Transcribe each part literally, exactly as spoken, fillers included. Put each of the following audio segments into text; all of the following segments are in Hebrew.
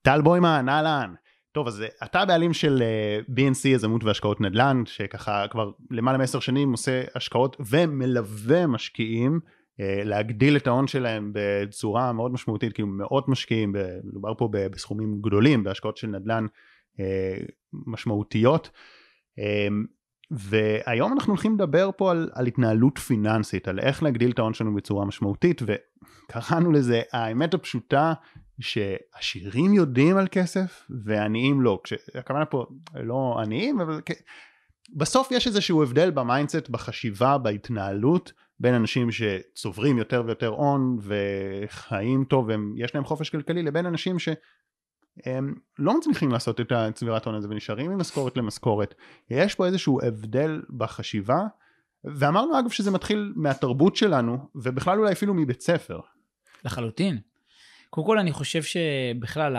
טל בוימן, אהלן. טוב, אז אתה בעלים של בי אן סי, יזמות והשקעות נדל"ן, שככה כבר למעלה מעשר שנים עושה השקעות ומלווה משקיעים, להגדיל את ההון שלהם בצורה מאוד משמעותית, כאילו מאות משקיעים, מדובר פה בסכומים גדולים, בהשקעות של נדל"ן משמעותיות, והיום אנחנו הולכים לדבר פה על, על התנהלות פיננסית, על איך להגדיל את ההון שלנו בצורה משמעותית, וקראנו לזה, האמת הפשוטה, שעשירים יודעים על כסף, ועניים לא. הכוונה פה לא עניים, אבל בסוף יש איזשהו הבדל במיינדסט, בחשיבה, בהתנהלות, בין אנשים שצוברים יותר ויותר הון, וחיים טוב, ויש להם חופש כלכלי, לבין אנשים שהם לא מצליחים לעשות את הצבירת הון הזה, ונשארים ממשכורת למשכורת. יש פה איזשהו הבדל בחשיבה, ואמרנו אגב שזה מתחיל מהתרבות שלנו, ובכלל אולי אפילו מבית ספר. לחלוטין. קודם כל אני חושב שבכלל,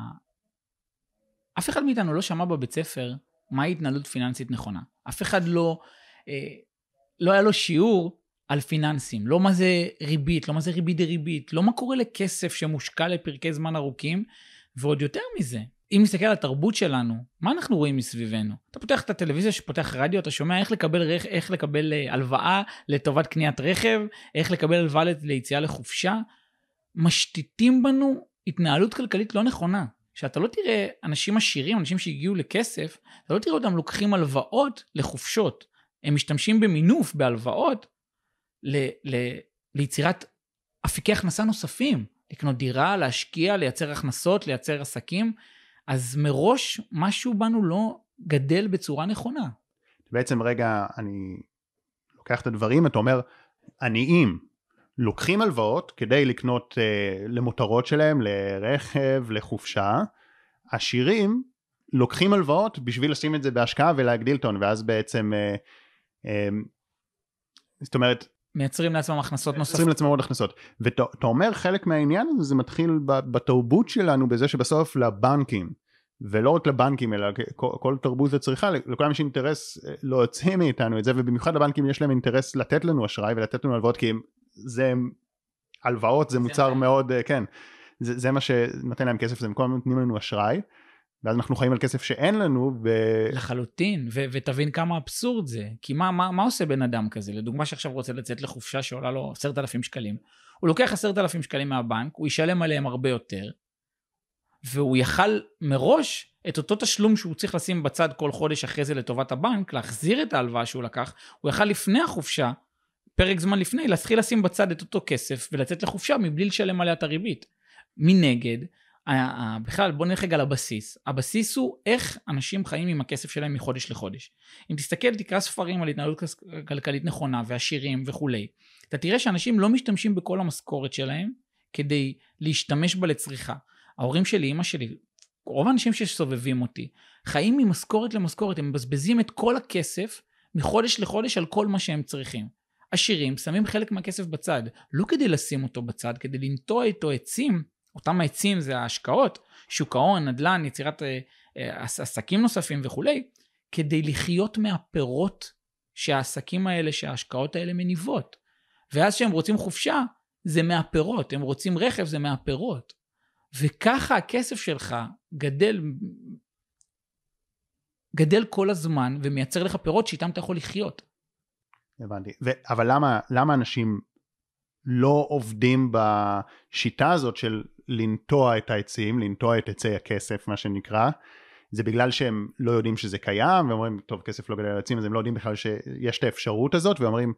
אף אחד מאיתנו לא שמע בבית ספר, מהי התנהלות פיננסית נכונה. אף אחד לא, לא היה לו שיעור על פיננסים, לא מה זה ריבית, לא מה זה ריבית דריבית, לא מה קורה לכסף שמושקע לפרקי זמן ארוכים, ועוד יותר מזה, אם נסתכל על התרבות שלנו, מה אנחנו רואים מסביבנו? אתה פותח את הטלוויזיה, שפותח רדיו, אתה שומע איך לקבל, רכ... איך לקבל הלוואה לטובת קניית רכב, איך לקבל הלוואה ליציאה לחופשה, משתיתים בנו התנהלות כלכלית לא נכונה. שאתה לא תראה אנשים עשירים, אנשים שהגיעו לכסף, אתה לא תראה אותם לוקחים הלוואות לחופשות. הם משתמשים במינוף, בהלוואות, ל... ל... ליצירת אפיקי הכנסה נוספים. לקנות דירה, להשקיע, לייצר הכנסות, לייצר עסקים. אז מראש משהו בנו לא גדל בצורה נכונה. בעצם רגע, אני לוקח את הדברים, אתה אומר, עניים, לוקחים הלוואות כדי לקנות uh, למותרות שלהם, לרכב, לחופשה. עשירים לוקחים הלוואות בשביל לשים את זה בהשקעה ולהגדיל טון, ואז בעצם, uh, uh, זאת אומרת, מייצרים לעצמם הכנסות נוספות. מייצרים לעצמם עוד הכנסות. ואתה אומר חלק מהעניין הזה, זה מתחיל בתרבות שלנו, בזה שבסוף לבנקים, ולא רק לבנקים, אלא כל, כל תרבות וצריכה, לכולם יש אינטרס להוציא מאיתנו את זה, ובמיוחד לבנקים יש להם אינטרס לתת לנו אשראי, ולתת לנו הלוואות, כי הם, זה הלוואות, זה מוצר מאוד, כן, זה, זה מה שנותן להם כסף, זה מקום נותנים לנו אשראי, ואז אנחנו חיים על כסף שאין לנו. ו... לחלוטין, ו- ותבין כמה אבסורד זה, כי מה, מה, מה עושה בן אדם כזה? לדוגמה שעכשיו רוצה לצאת לחופשה שעולה לו עשרת אלפים שקלים, הוא לוקח עשרת אלפים שקלים מהבנק, הוא ישלם עליהם הרבה יותר, והוא יכל מראש את אותו תשלום שהוא צריך לשים בצד כל חודש אחרי זה לטובת הבנק, להחזיר את ההלוואה שהוא לקח, הוא יכל לפני החופשה, פרק זמן לפני, להתחיל לשים בצד את אותו כסף, ולצאת לחופשה מבלי לשלם עליה את הריבית. מנגד, בכלל בוא נלך רגע לבסיס, הבסיס הוא איך אנשים חיים עם הכסף שלהם מחודש לחודש. אם תסתכל, תקרא ספרים על התנהלות כלכלית נכונה ועשירים וכולי, אתה תראה שאנשים לא משתמשים בכל המשכורת שלהם כדי להשתמש בה לצריכה. ההורים שלי, אמא שלי, רוב האנשים שסובבים אותי, חיים ממשכורת למשכורת, הם מבזבזים את כל הכסף מחודש לחודש על כל מה שהם צריכים. עשירים שמים חלק מהכסף בצד, לא כדי לשים אותו בצד, כדי לנטוע איתו עצים, אותם העצים זה ההשקעות, שוק ההון, נדל"ן, יצירת אה, אה, עסקים נוספים וכולי, כדי לחיות מהפירות שהעסקים האלה, שההשקעות האלה מניבות. ואז שהם רוצים חופשה, זה מהפירות, הם רוצים רכב, זה מהפירות. וככה הכסף שלך גדל, גדל כל הזמן, ומייצר לך פירות שאיתם אתה יכול לחיות. הבנתי. ו- אבל למה, למה אנשים לא עובדים בשיטה הזאת של לנטוע את העצים, לנטוע את עצי הכסף, מה שנקרא? זה בגלל שהם לא יודעים שזה קיים, ואומרים, טוב, כסף לא גדל על עצים, אז הם לא יודעים בכלל שיש את האפשרות הזאת, ואומרים,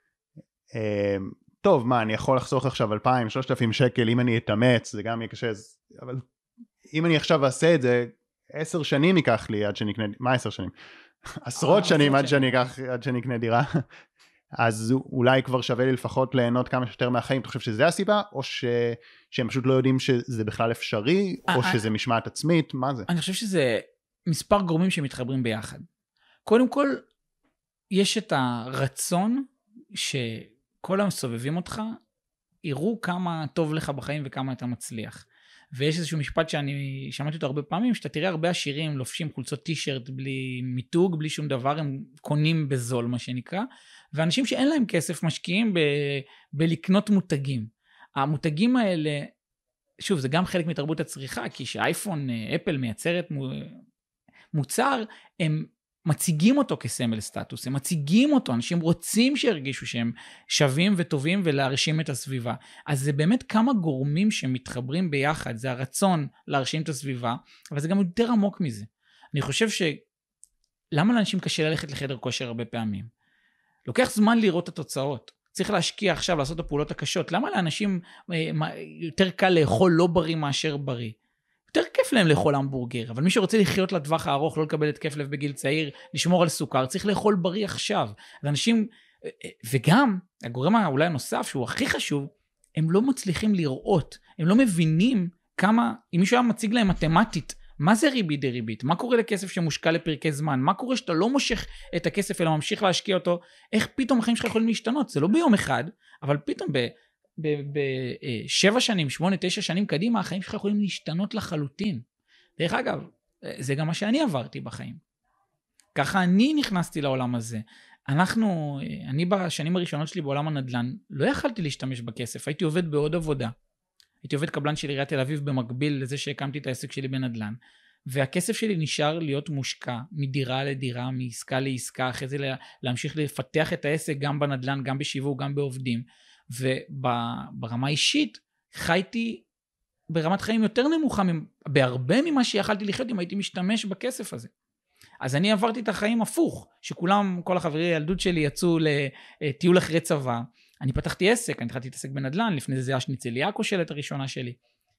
טוב, מה, אני יכול לחסוך עכשיו אלפיים, שלושת אלפים שקל, אם אני אתאמץ, זה גם יהיה קשה, אבל אם אני עכשיו אעשה את זה, עשר שנים ייקח לי עד שנקנה, מה עשר שנים? עשרות שנים עד שאני אקח, עד שאני אקנה דירה, אז אולי כבר שווה לי לפחות ליהנות כמה שיותר מהחיים. אתה חושב שזה הסיבה, או ש... שהם פשוט לא יודעים שזה בכלל אפשרי, או שזה משמעת עצמית, מה זה? אני חושב שזה מספר גורמים שמתחברים ביחד. קודם כל, יש את הרצון שכל המסובבים אותך יראו כמה טוב לך בחיים וכמה אתה מצליח. ויש איזשהו משפט שאני שמעתי אותו הרבה פעמים, שאתה תראה הרבה עשירים לובשים חולצות טישרט בלי מיתוג, בלי שום דבר, הם קונים בזול מה שנקרא, ואנשים שאין להם כסף משקיעים ב- בלקנות מותגים. המותגים האלה שוב, זה גם חלק מתרבות הצריכה, כי שאייפון, אפל מייצרת מוצר, הם מציגים אותו כסמל סטטוס, הם מציגים אותו, אנשים רוצים שירגישו שהם שווים וטובים ולהרשים את הסביבה. אז זה באמת כמה גורמים שמתחברים ביחד, זה הרצון להרשים את הסביבה, אבל זה גם יותר עמוק מזה. אני חושב ש... למה לאנשים קשה ללכת לחדר כושר הרבה פעמים? לוקח זמן לראות את התוצאות. צריך להשקיע עכשיו, לעשות את הפעולות הקשות. למה לאנשים יותר קל לאכול לא בריא מאשר בריא? יותר כיף להם לאכול המבורגר, אבל מי שרוצה לחיות לטווח הארוך, לא לקבל התקף לב בגיל צעיר, לשמור על סוכר, צריך לאכול בריא עכשיו. ואנשים, וגם, הגורם אולי הנוסף, שהוא הכי חשוב, הם לא מצליחים לראות, הם לא מבינים כמה, אם מישהו היה מציג להם מתמטית, מה זה ריבית דריבית? מה קורה לכסף שמושקע לפרקי זמן? מה קורה שאתה לא מושך את הכסף, אלא ממשיך להשקיע אותו? איך פתאום החיים שלך יכולים להשתנות? זה לא ביום אחד, אבל פתאום ב... בשבע שנים, שמונה, תשע שנים קדימה, החיים שלך יכולים להשתנות לחלוטין. דרך אגב, זה גם מה שאני עברתי בחיים. ככה אני נכנסתי לעולם הזה. אנחנו, אני בשנים הראשונות שלי בעולם הנדל"ן, לא יכלתי להשתמש בכסף, הייתי עובד בעוד עבודה. הייתי עובד קבלן של עיריית תל אביב במקביל לזה שהקמתי את העסק שלי בנדל"ן, והכסף שלי נשאר להיות מושקע מדירה לדירה, מעסקה לעסקה, אחרי זה להמשיך לפתח את העסק גם בנדל"ן, גם בשיווק, גם בעובדים. וברמה אישית חייתי ברמת חיים יותר נמוכה בהרבה ממה שיכלתי לחיות אם הייתי משתמש בכסף הזה. אז אני עברתי את החיים הפוך, שכולם, כל החברי הילדות שלי יצאו לטיול אחרי צבא, אני פתחתי עסק, אני התחלתי להתעסק בנדל"ן, לפני זה זה השניצליה הכושלת הראשונה שלי,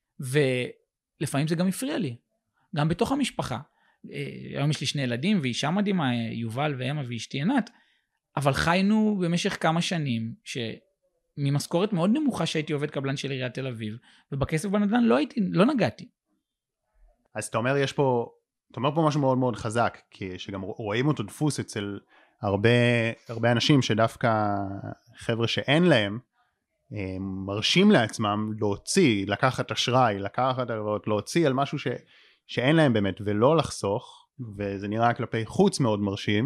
ולפעמים זה גם הפריע לי, גם בתוך המשפחה. היום יש לי שני ילדים ואישה מדהימה, יובל ואמה ואשתי עינת, אבל חיינו במשך כמה שנים ש... ממשכורת מאוד נמוכה שהייתי עובד קבלן של עיריית תל אביב, ובכסף בנדל"ן לא הייתי, לא נגעתי. אז אתה אומר, יש פה, אתה אומר פה משהו מאוד מאוד חזק, כי שגם רואים אותו דפוס אצל הרבה, הרבה אנשים שדווקא חבר'ה שאין להם, מרשים לעצמם להוציא, לקחת אשראי, לקחת הלוואות, להוציא על משהו ש, שאין להם באמת, ולא לחסוך, וזה נראה כלפי חוץ מאוד מרשים,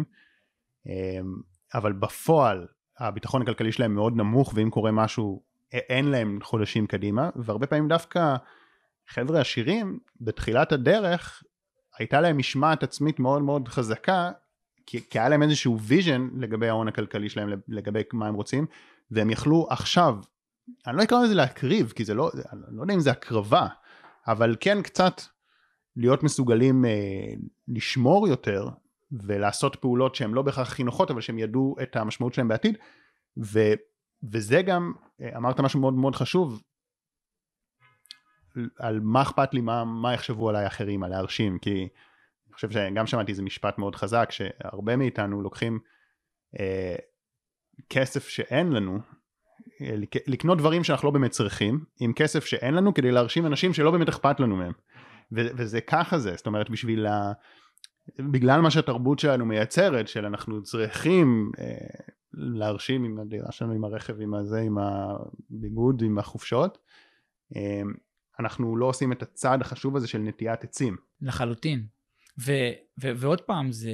אבל בפועל, הביטחון הכלכלי שלהם מאוד נמוך, ואם קורה משהו, אין להם חודשים קדימה, והרבה פעמים דווקא חבר'ה עשירים, בתחילת הדרך, הייתה להם משמעת עצמית מאוד מאוד חזקה, כי, כי היה להם איזשהו ויז'ן לגבי ההון הכלכלי שלהם, לגבי מה הם רוצים, והם יכלו עכשיו, אני לא אקרא לזה להקריב, כי זה לא, אני לא יודע אם זה הקרבה, אבל כן קצת להיות מסוגלים אה, לשמור יותר, ולעשות פעולות שהן לא בהכרח הכי נוחות, אבל שהם ידעו את המשמעות שלהם בעתיד, ו, וזה גם, אמרת משהו מאוד מאוד חשוב, על מה אכפת לי, מה, מה יחשבו עליי אחרים, על להרשים, כי אני חושב שגם שמעתי איזה משפט מאוד חזק, שהרבה מאיתנו לוקחים אה, כסף שאין לנו, אה, לקנות דברים שאנחנו לא באמת צריכים, עם כסף שאין לנו, כדי להרשים אנשים שלא באמת אכפת לנו מהם, ו, וזה ככה זה, זאת אומרת, בשביל ה... בגלל מה שהתרבות שלנו מייצרת, של אנחנו צריכים אה, להרשים עם הדירה שלנו, עם הרכב, עם הזה, עם הביגוד, עם החופשות, אה, אנחנו לא עושים את הצעד החשוב הזה של נטיית עצים. לחלוטין. ו- ו- ועוד פעם, זה,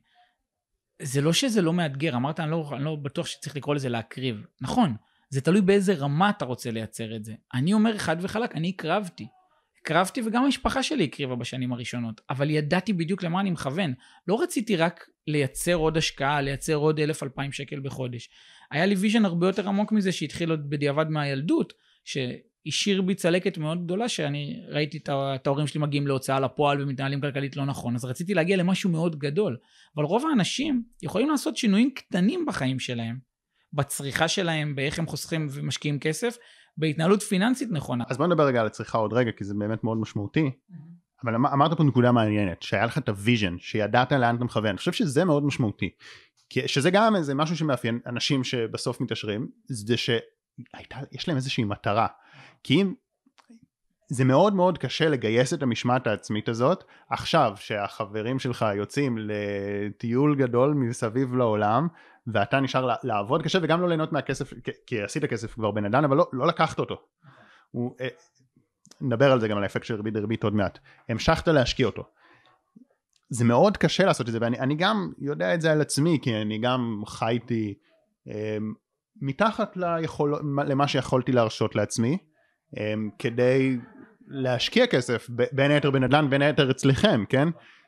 זה לא שזה לא מאתגר, אמרת, אני לא, אני לא בטוח שצריך לקרוא לזה להקריב. נכון, זה תלוי באיזה רמה אתה רוצה לייצר את זה. אני אומר חד וחלק, אני הקרבתי. הקרבתי וגם המשפחה שלי הקריבה בשנים הראשונות, אבל ידעתי בדיוק למה אני מכוון. לא רציתי רק לייצר עוד השקעה, לייצר עוד אלף אלפיים שקל בחודש. היה לי ויז'ן הרבה יותר עמוק מזה שהתחיל עוד בדיעבד מהילדות, שהשאיר בי צלקת מאוד גדולה, שאני ראיתי את ההורים שלי מגיעים להוצאה לפועל ומתנהלים כלכלית לא נכון, אז רציתי להגיע למשהו מאוד גדול. אבל רוב האנשים יכולים לעשות שינויים קטנים בחיים שלהם, בצריכה שלהם, באיך הם חוסכים ומשקיעים כסף, בהתנהלות פיננסית נכונה. אז בוא נדבר רגע על הצריכה עוד רגע, כי זה באמת מאוד משמעותי. אבל אמרת פה נקודה מעניינת, שהיה לך את הוויז'ן, שידעת לאן אתה מכוון. אני חושב שזה מאוד משמעותי. שזה גם איזה משהו שמאפיין אנשים שבסוף מתעשרים, זה שיש להם איזושהי מטרה. כי אם זה מאוד מאוד קשה לגייס את המשמעת העצמית הזאת, עכשיו שהחברים שלך יוצאים לטיול גדול מסביב לעולם, ואתה נשאר לעבוד קשה וגם לא ליהנות מהכסף, כי עשית כסף כבר בנדל"ן, אבל לא, לא לקחת אותו. הוא, נדבר על זה גם על האפקט של ריבית דריבית עוד מעט. המשכת להשקיע אותו. זה מאוד קשה לעשות את זה, ואני אני גם יודע את זה על עצמי, כי אני גם חייתי אה, מתחת ליכול, למה שיכולתי להרשות לעצמי, אה, כדי להשקיע כסף, בין היתר בנדל"ן, בין היתר אצלכם, כן?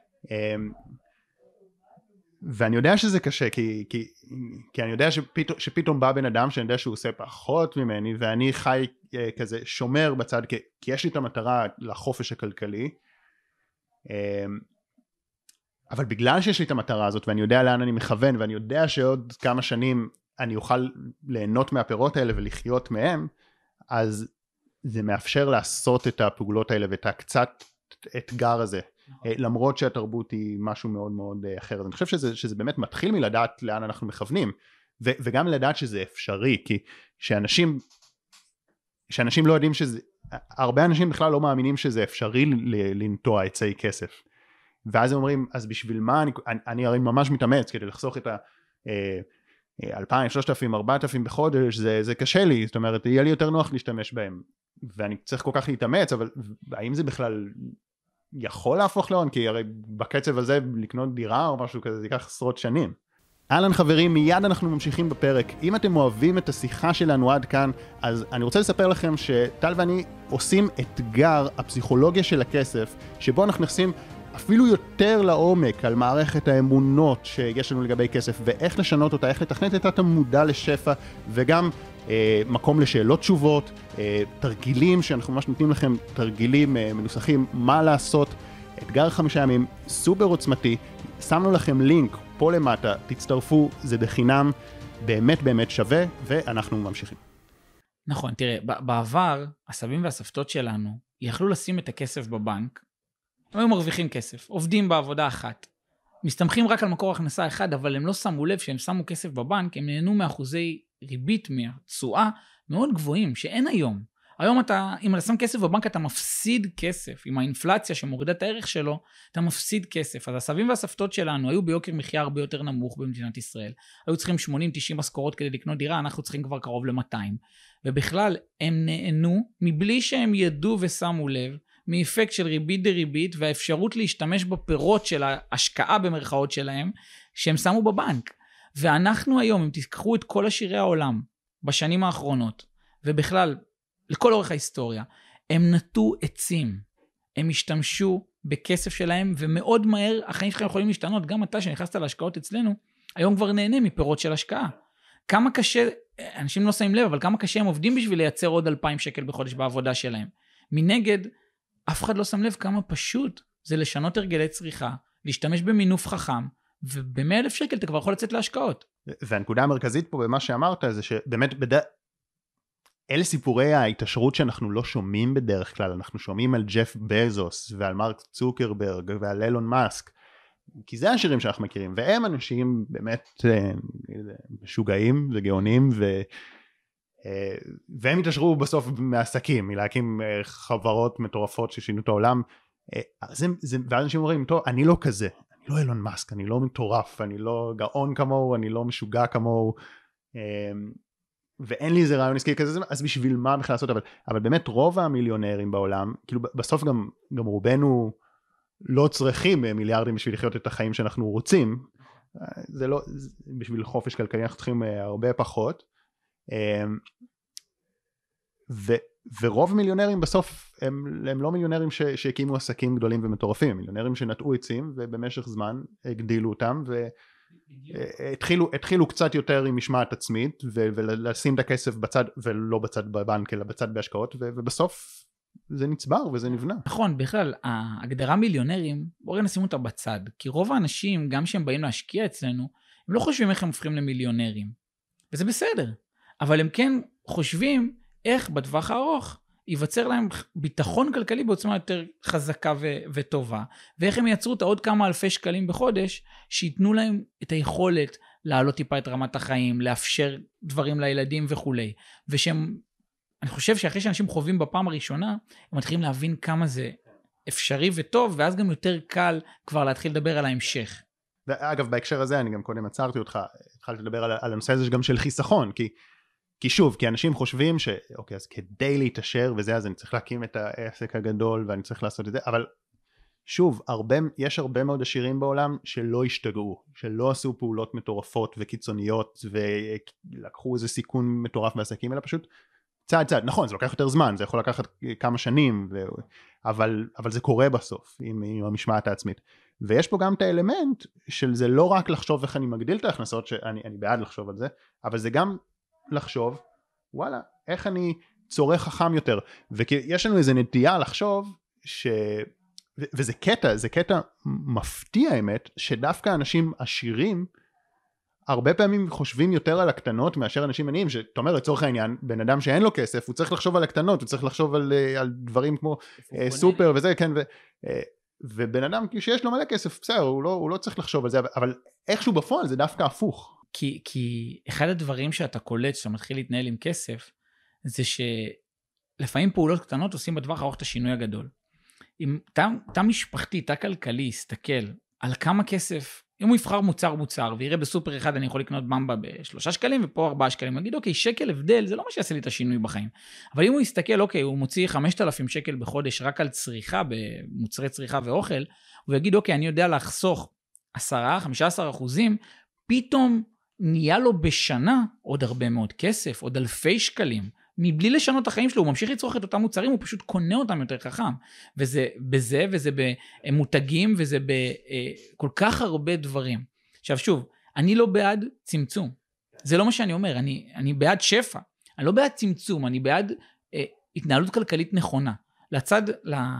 ואני יודע שזה קשה, כי, כי, כי אני יודע שפתאום, שפתאום בא בן אדם שאני יודע שהוא עושה פחות ממני, ואני חי כזה שומר בצד, כי, כי יש לי את המטרה לחופש הכלכלי, אבל בגלל שיש לי את המטרה הזאת, ואני יודע לאן אני מכוון, ואני יודע שעוד כמה שנים אני אוכל ליהנות מהפירות האלה ולחיות מהם, אז זה מאפשר לעשות את הפעולות האלה, ואת הקצת אתגר הזה, למרות שהתרבות היא משהו מאוד מאוד אחר. אז אני חושב שזה, שזה באמת מתחיל מלדעת לאן אנחנו מכוונים, ו, וגם לדעת שזה אפשרי, כי שאנשים, שאנשים לא יודעים שזה, הרבה אנשים בכלל לא מאמינים שזה אפשרי לנטוע עצי כסף. ואז הם אומרים, אז בשביל מה, אני, אני הרי ממש מתאמץ כדי לחסוך את ה... אלפיים, שלושת אלפים, ארבעת אלפים בחודש, זה, זה קשה לי, זאת אומרת, יהיה לי יותר נוח להשתמש בהם, ואני צריך כל כך להתאמץ, אבל האם זה בכלל יכול להפוך להון? כי הרי בקצב הזה לקנות דירה או משהו כזה, זה ייקח עשרות שנים. אהלן חברים, מיד אנחנו ממשיכים בפרק. אם אתם אוהבים את השיחה שלנו עד כאן, אז אני רוצה לספר לכם שטל ואני עושים אתגר הפסיכולוגיה של הכסף, שבו אנחנו נכנסים אפילו יותר לעומק על מערכת האמונות שיש לנו לגבי כסף, ואיך לשנות אותה, איך לתכנת את המודע לשפע, וגם אה, מקום לשאלות תשובות, אה, תרגילים שאנחנו ממש נותנים לכם, תרגילים אה, מנוסחים, מה לעשות, אתגר חמישה ימים, סופר עוצמתי, שמנו לכם לינק פה למטה, תצטרפו, זה בחינם, באמת באמת שווה, ואנחנו ממשיכים. נכון, תראה, בעבר, הסבים והסבתות שלנו יכלו לשים את הכסף בבנק, הם היו מרוויחים כסף, עובדים בעבודה אחת, מסתמכים רק על מקור הכנסה אחד, אבל הם לא שמו לב שהם שמו כסף בבנק, הם נהנו מאחוזי ריבית, מהתשואה מאוד גבוהים, שאין היום. היום אתה, אם אתה שם כסף בבנק, אתה מפסיד כסף, עם האינפלציה שמורידה את הערך שלו, אתה מפסיד כסף. אז הסבים והסבתות שלנו היו ביוקר מחיה הרבה יותר נמוך במדינת ישראל, היו צריכים שמונים תשעים משכורות כדי לקנות דירה, אנחנו צריכים כבר קרוב ל-מאתיים, ובכלל הם נהנו, מבלי שהם ידעו ושמו לב, מאפקט של ריבית דריבית, והאפשרות להשתמש בפירות של ההשקעה במרכאות שלהם, שהם שמו בבנק. ואנחנו היום, אם תיקחו את כל עשירי העולם, בשנים האחרונות, ובכלל, לכל אורך ההיסטוריה, הם נטו עצים, הם השתמשו בכסף שלהם, ומאוד מהר החיים שלכם יכולים להשתנות, גם אתה שנכנסת להשקעות אצלנו, היום כבר נהנה מפירות של השקעה. כמה קשה, אנשים לא שמים לב, אבל כמה קשה הם עובדים בשביל לייצר עוד אלפיים שקל בחודש בעבודה שלהם. מנגד, אף אחד לא שם לב כמה פשוט זה לשנות הרגלי צריכה, להשתמש במינוף חכם, וב-מאה אלף שקל אתה כבר יכול לצאת להשקעות. והנקודה המרכזית פה במה שאמרת, זה שבאמת בד... אלה סיפורי ההתעשרות שאנחנו לא שומעים בדרך כלל, אנחנו שומעים על ג'ף בזוס ועל מרק צוקרברג ועל אילון מאסק, כי זה השירים שאנחנו מכירים, והם אנשים באמת משוגעים וגאונים, ו... והם התעשרו בסוף מעסקים, מלהקים חברות מטורפות ששינו את העולם, זה, זה, ואנשים אומרים, טוב, אני לא כזה, אני לא אילון מאסק, אני לא מטורף, אני לא גאון כמוהו, אני לא משוגע כמוהו, ואין לי איזה רעיון עסקי כזה, אז בשביל מה בכלל לעשות? אבל, אבל באמת רוב המיליונרים בעולם, כאילו בסוף גם, גם רובנו לא צריכים מיליארדים בשביל לחיות את החיים שאנחנו רוצים, זה לא, זה, בשביל חופש כלכלי אנחנו צריכים הרבה פחות, ו, ורוב מיליונרים בסוף הם, הם לא מיליונרים ש, שהקימו עסקים גדולים ומטורפים, הם מיליונרים שנטעו עצים ובמשך זמן הגדילו אותם והתחילו התחילו קצת יותר עם משמעת עצמית ו, ולשים את הכסף בצד, ולא בצד בבנק אלא בצד בהשקעות, ו, ובסוף זה נצבר וזה נבנה. נכון, בכלל ההגדרה מיליונרים, בואו נשים אותה בצד, כי רוב האנשים גם שהם באים להשקיע אצלנו, הם לא חושבים איך הם הופכים למיליונרים, וזה בסדר. אבל הם כן חושבים איך בטווח הארוך ייווצר להם ביטחון כלכלי בעוצמה יותר חזקה ו- וטובה, ואיך הם ייצרו את עוד כמה אלפי שקלים בחודש, שיתנו להם את היכולת להעלות טיפה את רמת החיים, לאפשר דברים לילדים וכו'. ושהם, אני חושב שאחרי שאנשים חווים בפעם הראשונה, הם מתחילים להבין כמה זה אפשרי וטוב, ואז גם יותר קל כבר להתחיל לדבר על ההמשך. אגב, בהקשר הזה, אני גם קודם עצרתי אותך, התחלתי לדבר על, על הנושא הזה גם של חיסכון, כי כי שוב, כי אנשים חושבים שאוקיי, אז כדי להתעשר וזה, אז אני צריך להקים את העסק הגדול ואני צריך לעשות את זה, אבל שוב, הרבה, יש הרבה מאוד עשירים בעולם שלא השתגעו, שלא עשו פעולות מטורפות וקיצוניות ולקחו איזה סיכון מטורף בעסקים, אלא פשוט צעד צעד, נכון, זה לוקח יותר זמן, זה יכול לקחת כמה שנים, ו... אבל, אבל זה קורה בסוף עם, עם המשמעת העצמית. ויש פה גם את האלמנט של זה לא רק לחשוב איך אני מגדיל את ההכנסות, שאני אני בעד לחשוב על זה, אבל זה גם לחשוב, וואלה, איך אני צורך חכם יותר. ויש לנו איזו נטייה לחשוב ש... ו- וזה קטע, זה קטע מפתיע האמת, שדווקא אנשים עשירים, הרבה פעמים חושבים יותר על הקטנות מאשר אנשים עניים, שאתה אומר לצורך העניין, בן אדם שאין לו כסף, הוא צריך לחשוב על הקטנות, הוא צריך לחשוב על, על דברים כמו אה, סופר וזה, כן, ו, אה, ובן אדם שיש לו מלא כסף, בסדר, הוא לא, הוא לא צריך לחשוב על זה, אבל איכשהו בפועל זה דווקא הפוך. כי, כי אחד הדברים שאתה קולט, שאתה מתחיל להתנהל עם כסף, זה שלפעמים פעולות קטנות עושים בטווח הארוך את השינוי הגדול. אם תא משפחתי, תא כלכלי, יסתכל על כמה כסף, אם הוא יבחר מוצר מוצר, ויראה בסופר אחד אני יכול לקנות במבה בשלושה שקלים, ופה ארבעה שקלים, הוא יגיד, אוקיי, שקל הבדל, זה לא מה שיעשה לי את השינוי בחיים. אבל אם הוא יסתכל, אוקיי, הוא מוציא חמשת אלפים שקל בחודש, רק על צריכה, במוצרי צריכה ואוכל, הוא יגיד, אוקיי, אני יודע לחסוך עשרה, חמישה עשר אחוזים, פתאום נהיה לו בשנה עוד הרבה מאוד כסף, עוד אלפי שקלים, מבלי לשנות את החיים שלו, הוא ממשיך לצרוך את אותם מוצרים, הוא פשוט קונה אותם יותר חכם. וזה בזה, וזה במותגים, וזה בכל כך הרבה דברים. עכשיו שוב, אני לא בעד צמצום. זה לא מה שאני אומר, אני, אני בעד שפע. אני לא בעד צמצום, אני בעד אה, התנהלות כלכלית נכונה. לצד, לה,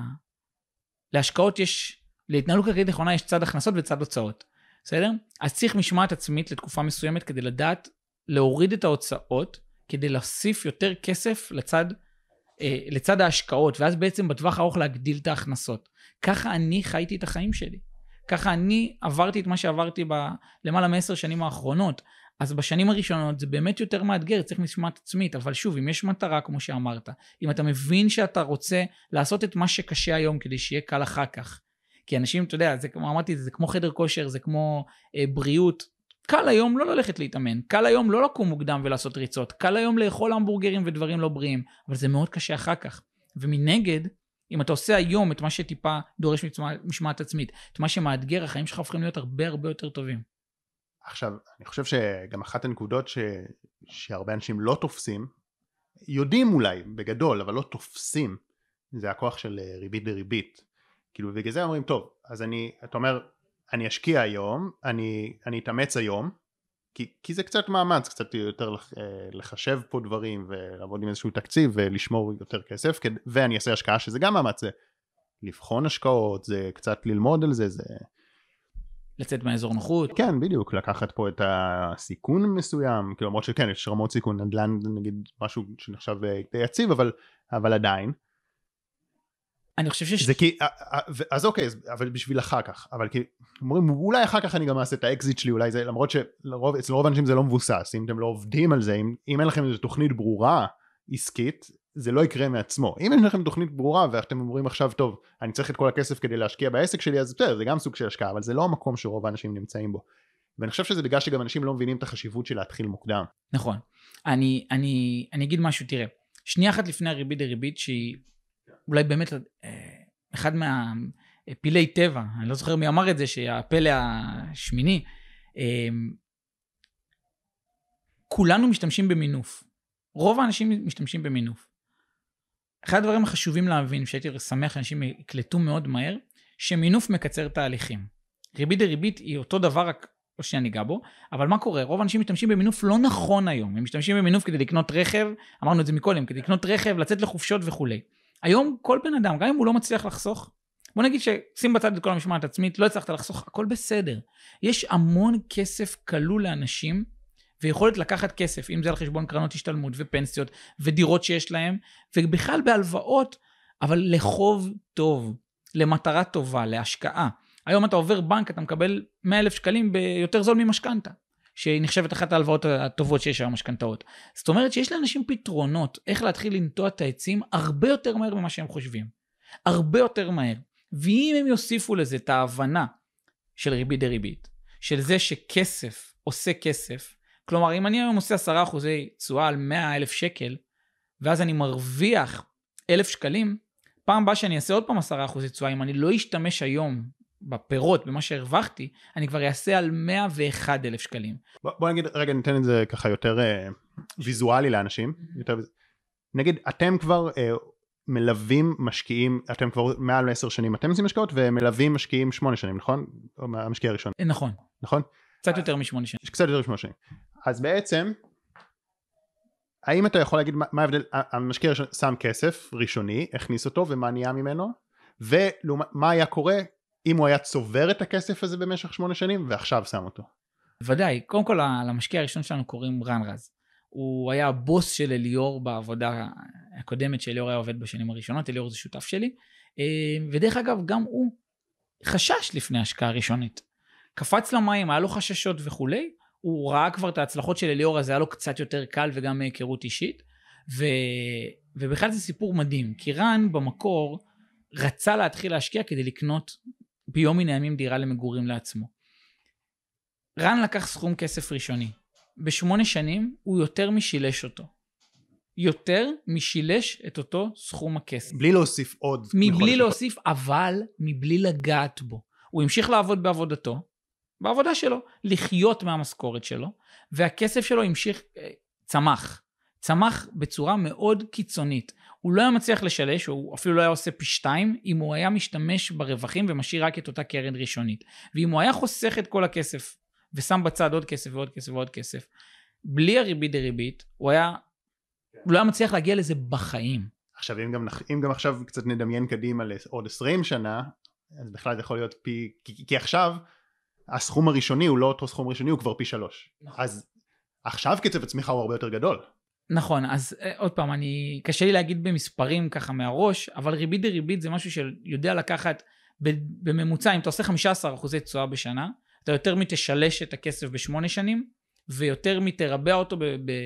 להשקעות יש, להתנהלות כלכלית נכונה יש צד הכנסות וצד הוצאות. בסדר? אז צריך משמעת עצמית לתקופה מסוימת כדי לדעת להוריד את ההוצאות, כדי להוסיף יותר כסף לצד, אה, לצד ההשקעות, ואז בעצם בטווח הארוך להגדיל את ההכנסות. ככה אני חייתי את החיים שלי. ככה אני עברתי את מה שעברתי למעלה מעשר שנים האחרונות. אז בשנים הראשונות זה באמת יותר מאתגר, צריך משמעת עצמית, אבל שוב, אם יש מטרה כמו שאמרת, אם אתה מבין שאתה רוצה לעשות את מה שקשה היום כדי שיהיה קל אחר כך, כי אנשים, אתה יודע, זה כמו אמרתי, זה כמו חדר כושר, זה כמו אה, בריאות, קל היום לא ללכת להתאמן, קל היום לא לקום מוקדם ולעשות ריצות, קל היום לאכול המבורגרים ודברים לא בריאים, אבל זה מאוד קשה אחר כך. ומנגד, אם אתה עושה היום את מה שטיפה דורש משמעת עצמית, את מה שמאתגר, החיים שלך הופכים להיות הרבה הרבה יותר טובים. עכשיו, אני חושב שגם אחת הנקודות ש... שהרבה אנשים לא תופסים, יודעים אולי בגדול, אבל לא תופסים, זה הכוח של ריבית דריבית. כאילו, בגלל זה אומרים, טוב, אז אני, אתה אומר, אני אשקיע היום, אני, אני אתאמץ היום, כי, כי זה קצת מאמץ, קצת יותר לח, לחשב פה דברים, ולעבוד עם איזשהו תקציב, ולשמור יותר כסף, ואני אעשה השקעה, שזה גם מאמץ, זה לבחון השקעות, זה קצת ללמוד על זה, זה... לצאת מהאזור נוחות. כן, בדיוק, לקחת פה את הסיכון מסוים, כאילו, למרות שכן, יש רמות סיכון, נדל"ן, נגיד, משהו שנחשב די יציב, אבל, אבל עדיין. אני חושב שיש... זה כי, אז אוקיי, אבל בשביל אחר כך, אבל כי, אומרים, אולי אחר כך אני גם אעשה את האקזיט שלי, אולי זה, למרות שאצל רוב האנשים זה לא מבוסס, אם אתם לא עובדים על זה, אם, אם אין לכם איזו תוכנית ברורה, עסקית, זה לא יקרה מעצמו. אם יש לכם תוכנית ברורה, ואתם אומרים עכשיו, טוב, אני צריך את כל הכסף כדי להשקיע בעסק שלי, אז בסדר, זה גם סוג של השקעה, אבל זה לא המקום שרוב האנשים נמצאים בו. ואני חושב שזה בגלל שגם אנשים לא מבינים את החשיבות של להתחיל מוקדם. נכון. אני, אני, אני אגיד משהו, תראה, שנייה אחת לפני הריבית דריבית, שהיא אולי באמת אחד מהפילי טבע, אני לא זוכר מי אמר את זה, שהפלא השמיני, כולנו משתמשים במינוף. רוב האנשים משתמשים במינוף. אחד הדברים החשובים להבין, שהייתי שמח שאנשים יקלטו מאוד מהר, שמינוף מקצר תהליכים. ריבית דריבית היא אותו דבר, רק לא שאני ניגע בו, אבל מה קורה? רוב האנשים משתמשים במינוף לא נכון היום. הם משתמשים במינוף כדי לקנות רכב, אמרנו את זה מקודם, כדי לקנות רכב, לצאת לחופשות וכו'. היום כל בן אדם, גם אם הוא לא מצליח לחסוך, בוא נגיד ששים בצד את כל המשמעת עצמית, לא הצלחת לחסוך, הכל בסדר. יש המון כסף כלול לאנשים, ויכולת לקחת כסף, אם זה על חשבון קרנות השתלמות ופנסיות ודירות שיש להם, ובכלל בהלוואות, אבל לחוב טוב, למטרה טובה, להשקעה. היום אתה עובר בנק, אתה מקבל מאה אלף שקלים ביותר זול ממשכנתה, שנחשבת אחת ההלוואות הטובות שיש היום משכנתאות. זאת אומרת שיש לאנשים פתרונות, איך להתחיל לנטוע את העצים הרבה יותר מהר ממה שהם חושבים. הרבה יותר מהר. ואם הם יוסיפו לזה את ההבנה של ריבית דריבית, של זה שכסף עושה כסף, כלומר, אם אני היום עושה עשרה אחוזי תשואה על מאה אלף שקל, ואז אני מרוויח אלף שקלים, פעם הבאה שאני אעשה עוד פעם עשרה אחוזי תשואה, אם אני לא אשתמש היום בפירות, במה שהרווחתי, אני כבר אעשה על מאה ואחד אלף שקלים. בוא, בוא נגיד, רגע, ניתן את זה ככה יותר אה, ויזואלי לאנשים. יותר, נגיד, אתם כבר אה, מלווים משקיעים, אתם כבר מעל עשר שנים, אתם עושים השקעות, ומלווים משקיעים שמונה שנים, נכון? או המשקיע הראשון. נכון. נכון? קצת יותר משמונה שנים. קצת יותר משמונה שנים. אז בעצם, האם אתה יכול להגיד מה ההבדל, המשקיע הראשון שם כסף ראשוני, הכניס אותו ומה נהיה ממנו, ומה היה קורה אם הוא היה צובר את הכסף הזה במשך שמונה שנים, ועכשיו שם אותו? ודאי, קודם כל למשקיע הראשון שלנו קוראים רן רז. הוא היה הבוס של אליאור בעבודה הקודמת שאליאור היה עובד בשנים הראשונות, אליאור זה שותף שלי, ודרך אגב גם הוא חשש לפני השקעה ראשונית. קפץ למים, היה לו חששות וכולי, הוא ראה כבר את ההצלחות של אליאור, אז היה לו קצת יותר קל וגם היכרות אישית, ו... ובכלל זה סיפור מדהים, כי רן במקור רצה להתחיל להשקיע כדי לקנות ביום מן הימים דירה למגורים לעצמו. רן לקח סכום כסף ראשוני, בשמונה שנים הוא יותר משילש אותו. יותר משילש את אותו סכום הכסף. בלי להוסיף עוד. מבלי להוסיף, אבל מבלי לגעת בו. הוא המשיך לעבוד בעבודתו, בעבודה שלו, לחיות מהמשכורת שלו, והכסף שלו המשיך, צמח. צמח בצורה מאוד קיצונית. הוא לא היה מצליח לשלש, הוא אפילו לא היה עושה פי שתיים, אם הוא היה משתמש ברווחים ומשאיר רק את אותה קרן ראשונית. ואם הוא היה חוסך את כל הכסף, ושם בצד עוד כסף ועוד כסף ועוד כסף, בלי הריבית דריבית, הוא היה, הוא לא היה מצליח להגיע לזה בחיים. עכשיו, אם גם, אם גם עכשיו קצת נדמיין קדימה לעוד עשרים שנה, אז בכלל זה יכול להיות פי, כי, כי עכשיו, הסכום הראשוני הוא לא אותו סכום ראשוני, הוא כבר פי שלוש. נכון. אז עכשיו קצב הצמיחה הוא הרבה יותר גדול. נכון, אז עוד פעם, אני, קשה לי להגיד במספרים ככה מהראש, אבל ריבית דריבית זה משהו שיודע לקחת בממוצע, אם אתה עושה חמישה עשר אחוזי תשואה בשנה, אתה יותר מתשלש את הכסף בשמונה שנים, ויותר מתרבע אותו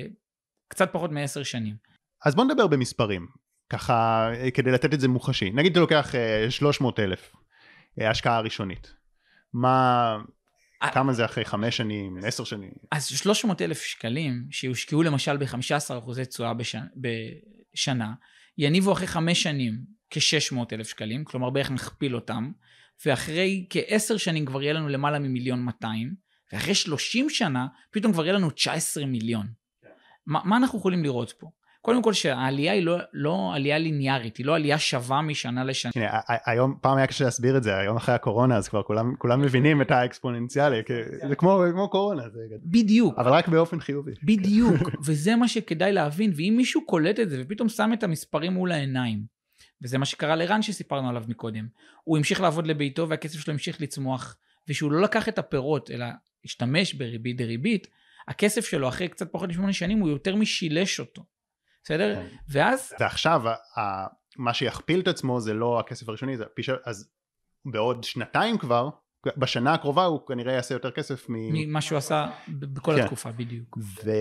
בקצת פחות מעשר שנים. אז בוא נדבר במספרים, ככה כדי לתת את זה מוחשי. נגיד אתה לוקח שלוש מאות אלף השקעה ראשונית. מה, כמה זה אחרי חמש שנים, עשר שנים? אז שלוש מאות אלף שקלים שיושקעו למשל ב-חמישה עשר אחוזי תשואה בשנה, בשנה, יניבו אחרי חמש שנים כ-שש מאות אלף שקלים, כלומר בערך נכפיל אותם, ואחרי כעשר שנים כבר יהיה לנו למעלה ממיליון מאתיים, ואחרי שלושים שנה פתאום כבר יהיה לנו תשע עשרה מיליון. Yeah. מה, מה אנחנו יכולים לראות פה? קודם כל שהעלייה היא לא, לא עלייה ליניארית, היא לא עלייה שווה משנה לשנה. הנה, היום, פעם היה קשה להסביר את זה, היום אחרי הקורונה, אז כבר כולם, כולם מבינים את האקספוננציאלי, זה כמו, כמו קורונה. זה... בדיוק. אבל רק באופן חיובי. בדיוק, וזה מה שכדאי להבין, ואם מישהו קולט את זה, ופתאום שם את המספרים מול העיניים, וזה מה שקרה לרן שסיפרנו עליו מקודם. הוא המשיך לעבוד לביתו והכסף שלו המשיך לצמוח, ושהוא לא לקח את הפירות, אלא השתמש בריבית דריבית, הכסף שלו אחרי קצת פחות משמונה שנים הוא יותר משילש אותו. בסדר? ואז... ועכשיו, מה שיכפיל את עצמו זה לא הכסף הראשוני, זה פישר, אז בעוד שנתיים כבר, בשנה הקרובה הוא כנראה יעשה יותר כסף ממה שהוא עשה בכל התקופה, בדיוק. ו...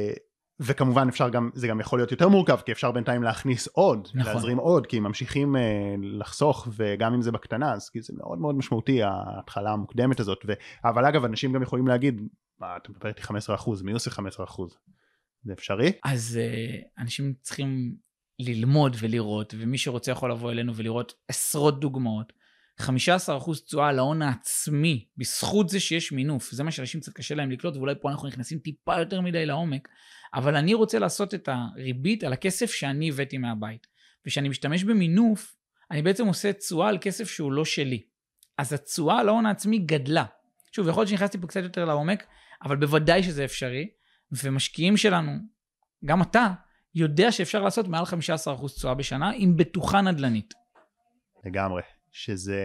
וכמובן אפשר גם, זה גם יכול להיות יותר מורכב, כי אפשר בינתיים להכניס עוד, נכון. להזרים עוד, כי ממשיכים אה, לחסוך, וגם אם זה בקטנה, אז זה מאוד מאוד משמעותי, ההתחלה המוקדמת הזאת, ו... אבל אגב, אנשים גם יכולים להגיד, מה, אתה מדבר איתי חמישה עשר אחוז, מי עושה חמישה עשר אחוז? זה אפשרי? אז אה, אנשים צריכים ללמוד ולראות, ומי שרוצה יכול לבוא אלינו ולראות עשרות דוגמאות, חמישה עשר אחוז תשואה על ההון העצמי, בזכות זה שיש מינוף, זה מה שאנשים קצת קשה להם לקלוט, ואולי פה אנחנו נכנסים טיפה יותר מדי לעומק, אבל אני רוצה לעשות את הריבית על הכסף שאני הבאתי מהבית, ושאני משתמש במינוף, אני בעצם עושה תשואה על כסף שהוא לא שלי, אז התשואה על ההון העצמי גדלה, שוב, יכול להיות שנכנסתי פה קצת יותר לעומק, אבל בוודאי שזה אפשרי, ומשקיעים שלנו, גם אתה, יודע שאפשר לעשות מעל חמישה עשר אחוז תשואה בשנה, עם בטוחה נדל"נית. לגמרי. שזה,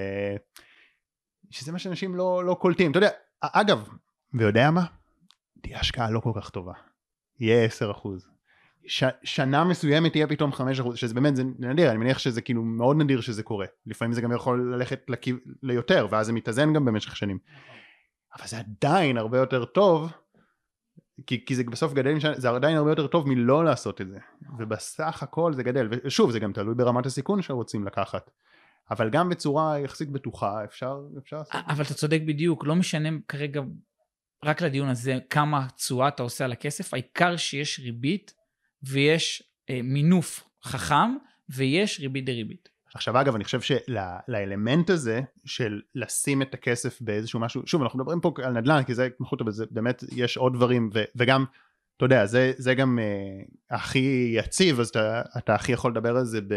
שזה מה שאנשים לא, לא קולטים. אתה יודע, אגב, ויודע מה? תהיה השקעה לא כל כך טובה. יהיה עשרה אחוז. ש, שנה מסוימת תהיה פתאום חמישה אחוז, שזה באמת, זה נדיר, אני מניח שזה כאילו מאוד נדיר שזה קורה. לפעמים זה גם יכול ללכת לכיו, ליותר, ואז זה מתאזן גם במשך שנים. אבל זה עדיין הרבה יותר טוב, כי, כי זה בסוף גדל, זה עדיין הרבה יותר טוב מלא לעשות את זה. ובסך הכל זה גדל. ושוב, זה גם תלוי ברמת הסיכון שרוצים לקחת. אבל גם בצורה יחסית בטוחה אפשר, אפשר... אבל אתה צודק בדיוק, לא משנה כרגע רק לדיון הזה כמה תשואה אתה עושה על הכסף, העיקר שיש ריבית ויש אה, מינוף חכם ויש ריבית דריבית. עכשיו אגב אני חושב שלאלמנט הזה של לשים את הכסף באיזשהו משהו, שוב אנחנו מדברים פה על נדל"ן כי זה התמחות, אבל זה באמת יש עוד דברים ו, וגם אתה יודע, זה, זה גם uh, הכי יציב, אז אתה, אתה הכי יכול לדבר על זה ב,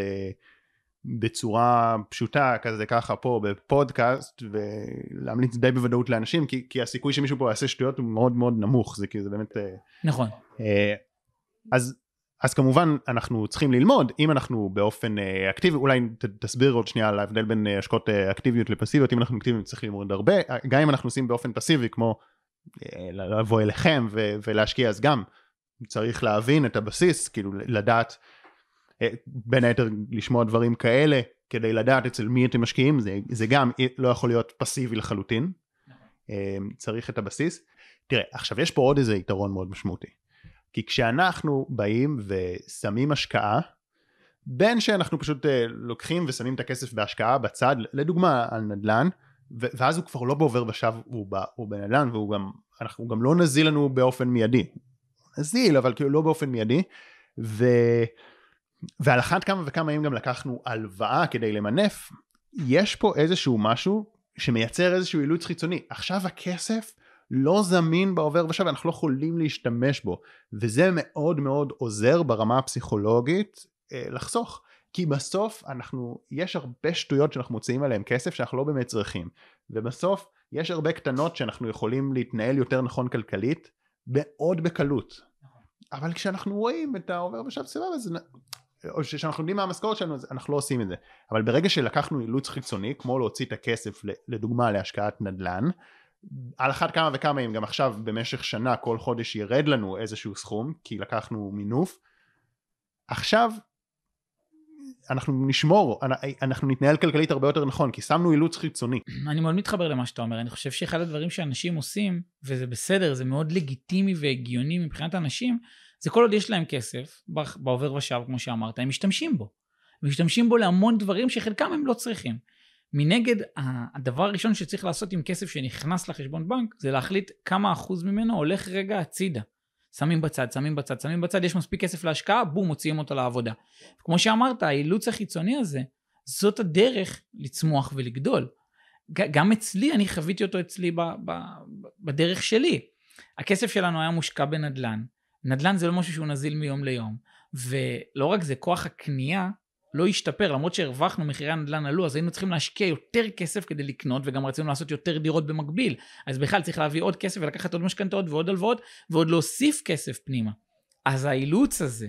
בצורה פשוטה, כזה ככה פה בפודקאסט, ולהמליץ די בוודאות לאנשים, כי, כי הסיכוי שמישהו פה יעשה שטויות הוא מאוד מאוד נמוך, זה כאילו, זה באמת... נכון. Uh, אז, אז כמובן אנחנו צריכים ללמוד, אם אנחנו באופן uh, אקטיבי, אולי ת, תסביר עוד שנייה על ההבדל בין uh, השקעות uh, אקטיביות לפסיביות, אם אנחנו אקטיביים צריך ללמוד הרבה, גם אם אנחנו עושים באופן פסיבי, כמו לבוא אליכם ו- ולהשקיע, אז גם צריך להבין את הבסיס, כאילו לדעת, בין היתר לשמוע דברים כאלה, כדי לדעת אצל מי אתם משקיעים, זה, זה גם לא יכול להיות פסיבי לחלוטין, צריך את הבסיס. תראה, עכשיו יש פה עוד איזה יתרון מאוד משמעותי, כי כשאנחנו באים ושמים השקעה, בין שאנחנו פשוט לוקחים ושמים את הכסף בהשקעה בצד, לדוגמה על נדל"ן, ואז הוא כבר לא בעובר ושב, הוא, הוא בנדל"ן, והוא גם, אנחנו גם לא נזיל לנו באופן מיידי. נזיל, אבל כאילו לא באופן מיידי, ו, ועל אחת כמה וכמה אם גם לקחנו הלוואה כדי למנף, יש פה איזשהו משהו שמייצר איזשהו אילוץ חיצוני. עכשיו הכסף לא זמין בעובר ושב, אנחנו לא יכולים להשתמש בו, וזה מאוד מאוד עוזר ברמה הפסיכולוגית אה, לחסוך. כי בסוף אנחנו, יש הרבה שטויות שאנחנו מוציאים עליהם כסף שאנחנו לא באמת צריכים, ובסוף יש הרבה קטנות שאנחנו יכולים להתנהל יותר נכון כלכלית, מאוד בקלות. אבל כשאנחנו רואים את העובר ושב סבבה, זה, או שאנחנו יודעים מה המשכורת שלנו, אנחנו לא עושים את זה. אבל ברגע שלקחנו אילוץ חיצוני, כמו להוציא את הכסף, לדוגמה להשקעת נדל"ן, על אחת כמה וכמה אם גם עכשיו במשך שנה כל חודש ירד לנו איזשהו סכום, כי לקחנו מינוף, עכשיו אנחנו נשמור, אנחנו נתנהל כלכלית הרבה יותר נכון, כי שמנו אילוץ חיצוני. אני מאוד מתחבר למה שאתה אומר, אני חושב שאחד הדברים שאנשים עושים, וזה בסדר, זה מאוד לגיטימי והגיוני מבחינת אנשים, זה כל עוד יש להם כסף, בעובר ושב, כמו שאמרת, הם משתמשים בו. הם משתמשים בו להמון דברים שחלקם הם לא צריכים. מנגד, הדבר הראשון שצריך לעשות עם כסף שנכנס לחשבון בנק, זה להחליט כמה אחוז ממנו הולך רגע הצידה. שמים בצד, שמים בצד, שמים בצד, יש מספיק כסף להשקעה, בום, מוציאים אותו לעבודה. כמו שאמרת, האילוץ החיצוני הזה, זאת הדרך לצמוח ולגדול. גם אצלי, אני חוויתי אותו אצלי ב- ב- בדרך שלי. הכסף שלנו היה מושקע בנדלן. נדלן זה לא משהו שהוא נזיל מיום ליום. ולא רק זה, כוח הקנייה לא השתפר, למרות שהרווחנו מחירי הנדלן עלו, אז היינו צריכים להשקיע יותר כסף כדי לקנות, וגם רצינו לעשות יותר דירות במקביל. אז בכלל צריך להביא עוד כסף ולקחת עוד משכנתאות ועוד הלוואות, ועוד להוסיף כסף פנימה. אז האילוץ הזה,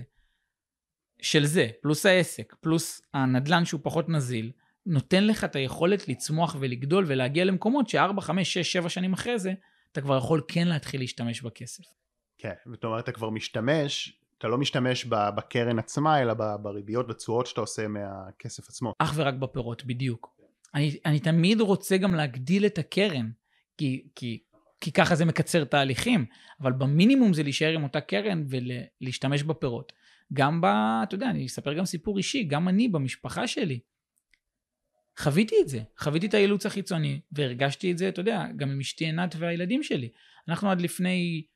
של זה, פלוס העסק, פלוס הנדלן שהוא פחות נזיל, נותן לך את היכולת לצמוח ולגדול ולהגיע למקומות ש-ארבע, חמש, שש, שבע שנים אחרי זה, אתה כבר יכול כן להתחיל להשתמש בכסף. כן, זאת אומרת, אתה כבר משתמש, אתה לא משתמש בקרן עצמה, אלא בריביות ותשואות שאתה עושה מהכסף עצמו. אך ורק בפירות, בדיוק. אני, אני תמיד רוצה גם להגדיל את הקרן, כי, כי, כי ככה זה מקצר תהליכים, אבל במינימום זה להישאר עם אותה קרן ולהשתמש בפירות. גם ב, אתה יודע, אני אספר גם סיפור אישי, גם אני במשפחה שלי, חוויתי את זה, חוויתי את האילוץ החיצוני, והרגשתי את זה, אתה יודע, גם עם אשתי עינת והילדים שלי. אנחנו עד לפני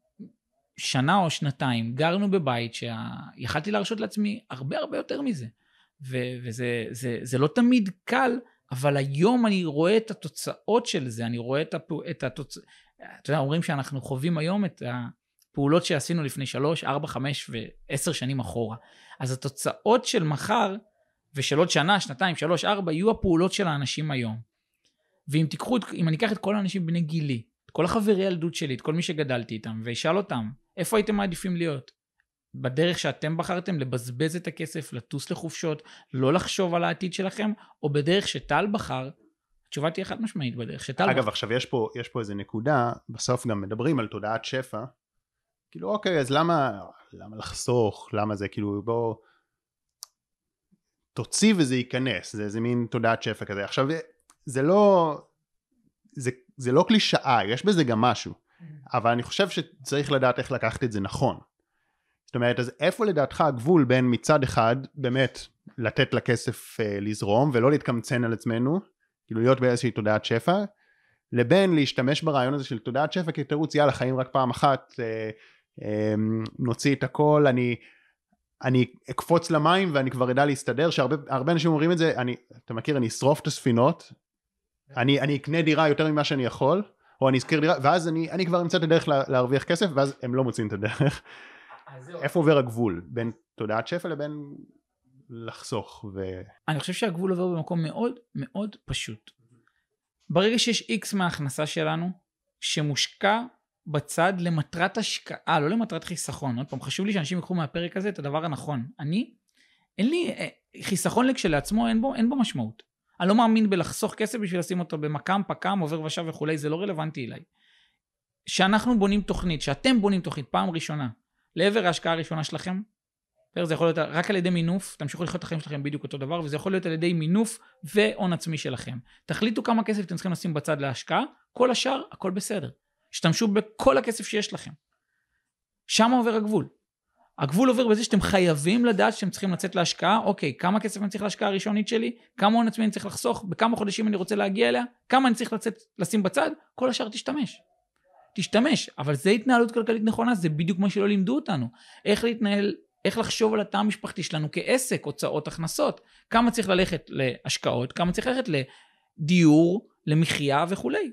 שנה או שנתיים, גרנו בבית שיכלתי להרשות לעצמי הרבה הרבה יותר מזה. ו- וזה זה, זה לא תמיד קל, אבל היום אני רואה את התוצאות של זה, אני רואה את, הפ... את התוצאות, אתה יודע, אומרים שאנחנו חווים היום את הפעולות שעשינו לפני שלוש, ארבע, חמש ועשר שנים אחורה. אז התוצאות של מחר, ושל עוד שנה, שנתיים, שלוש, ארבע, יהיו הפעולות של האנשים היום. ואם תיקחו, אם אני אקח את כל האנשים בני גילי, את כל החברי הילדות שלי, את כל מי שגדלתי איתם, וישאל אותם, איפה הייתם מעדיפים להיות? בדרך שאתם בחרתם לבזבז את הכסף, לטוס לחופשות, לא לחשוב על העתיד שלכם, או בדרך שטל בחר, התשובה תהיה חד משמעית בדרך שטל בחר. אגב, עכשיו יש פה, יש פה איזה נקודה, בסוף גם מדברים על תודעת שפע, כאילו אוקיי, אז למה, למה לחסוך, למה זה, כאילו בוא, תוציא וזה ייכנס, זה איזה מין תודעת שפע כזה. עכשיו, זה לא, זה, זה לא קלישאה, יש בזה גם משהו, אבל אני חושב שצריך לדעת איך לקחת את זה נכון. זאת אומרת, אז איפה לדעתך הגבול בין מצד אחד, באמת, לתת לכסף אה, לזרום, ולא להתקמצן על עצמנו, כאילו להיות באיזושהי תודעת שפע, לבין להשתמש ברעיון הזה של תודעת שפע, כי תירוץ, יאללה, חיים רק פעם אחת, אה, אה, נוציא את הכל, אני, אני אקפוץ למים, ואני כבר ידע להסתדר, שהרבה הרבה אנשים אומרים את זה, אני, אתה מכיר, אני אשרוף את הספינות, אני, אני אקנה דירה יותר ממה שאני יכול, או אני אזכיר דירה, ואז אני, אני כבר אמצא את הדרך לה, להרוויח כסף, ואז הם לא מוצאים את הדרך. איפה עובר הגבול בין תודעת שפע לבין לחסוך? ו... אני חושב שהגבול עובר במקום מאוד מאוד פשוט. ברגע שיש X מההכנסה שלנו, שמושקע בצד למטרת השקעה, לא למטרת חיסכון. עוד פעם, חשוב לי שאנשים יקחו מהפרק הזה את הדבר הנכון. אני, אין לי, חיסכון לכשלעצמו, אין בו, אין בו משמעות. אני לא מאמין בלחסוך כסף בשביל לשים אותו במקם, פקם, עובר ושב וכולי, זה לא רלוונטי אליי. שאנחנו בונים תוכנית, שאתם בונים תוכנית פעם ראשונה, לעבר ההשקעה הראשונה שלכם, זה יכול להיות רק על ידי מינוף, תמשיכו לחיות את החיים שלכם בדיוק אותו דבר, וזה יכול להיות על ידי מינוף והון עצמי שלכם. תחליטו כמה כסף אתם צריכים לשים בצד להשקעה, כל השאר, הכל בסדר. השתמשו בכל הכסף שיש לכם. שם עובר הגבול. הגבול עובר בזה שאתם חייבים לדעת שאתם צריכים לצאת להשקעה, אוקיי, כמה כסף אני צריך להשקעה הראשונית שלי, כמה הון עצמי אני צריך לחסוך, בכמה חודשים אני רוצה להגיע אליה, כמה אני צריך לצאת, לשים בצד, כל השאר תשתמש. תשתמש, אבל זה התנהלות כלכלית נכונה, זה בדיוק מה שלא לימדו אותנו. איך להתנהל, איך לחשוב על התא המשפחתי שלנו כעסק, הוצאות, הכנסות, כמה צריך ללכת להשקעות, כמה צריך ללכת לדיור, למחיה וכולי.